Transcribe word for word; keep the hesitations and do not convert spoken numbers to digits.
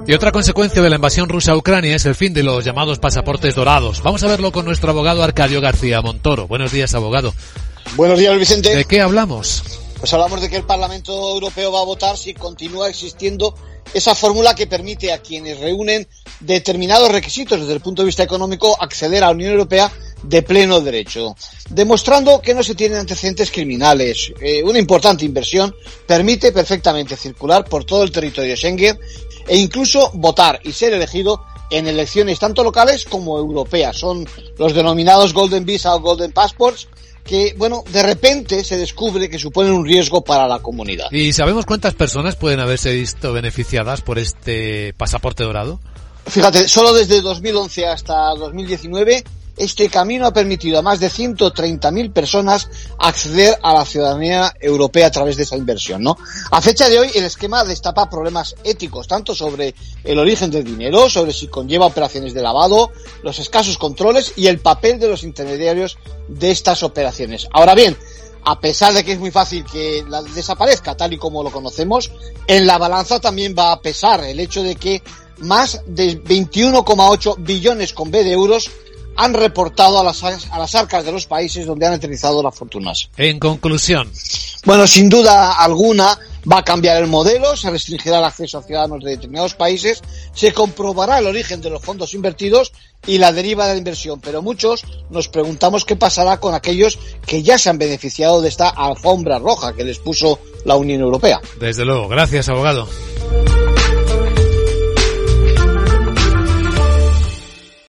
Y otra consecuencia de la invasión rusa a Ucrania es el fin de los llamados pasaportes dorados. Vamos a verlo con nuestro abogado Arcadio García Montoro. Buenos días, abogado. Buenos días, Vicente. ¿De qué hablamos? Pues hablamos de que el Parlamento Europeo va a votar si continúa existiendo esa fórmula que permite a quienes reúnen determinados requisitos desde el punto de vista económico acceder a la Unión Europea de pleno derecho, demostrando que no se tienen antecedentes criminales. Eh, una importante inversión permite perfectamente circular por todo el territorio Schengen e incluso votar y ser elegido en elecciones tanto locales como europeas. Son los denominados Golden Visa o Golden Passports, que, bueno, de repente se descubre que suponen un riesgo para la comunidad. ¿Y sabemos cuántas personas pueden haberse visto beneficiadas por este pasaporte dorado? Fíjate, solo desde dos mil once hasta dos mil diecinueve, este camino ha permitido a más de ciento treinta mil personas acceder a la ciudadanía europea a través de esa inversión, ¿no? A fecha de hoy, el esquema destapa problemas éticos, tanto sobre el origen del dinero, sobre si conlleva operaciones de lavado, los escasos controles y el papel de los intermediarios de estas operaciones. Ahora bien, a pesar de que es muy fácil que la desaparezca tal y como lo conocemos, en la balanza también va a pesar el hecho de que más de veintiuno coma ocho billones con B de euros han reportado a las, a las arcas de los países donde han aterrizado las fortunas. En conclusión. Bueno, sin duda alguna va a cambiar el modelo, se restringirá el acceso a ciudadanos de determinados países, se comprobará el origen de los fondos invertidos y la deriva de la inversión, pero muchos nos preguntamos qué pasará con aquellos que ya se han beneficiado de esta alfombra roja que les puso la Unión Europea. Desde luego. Gracias, abogado.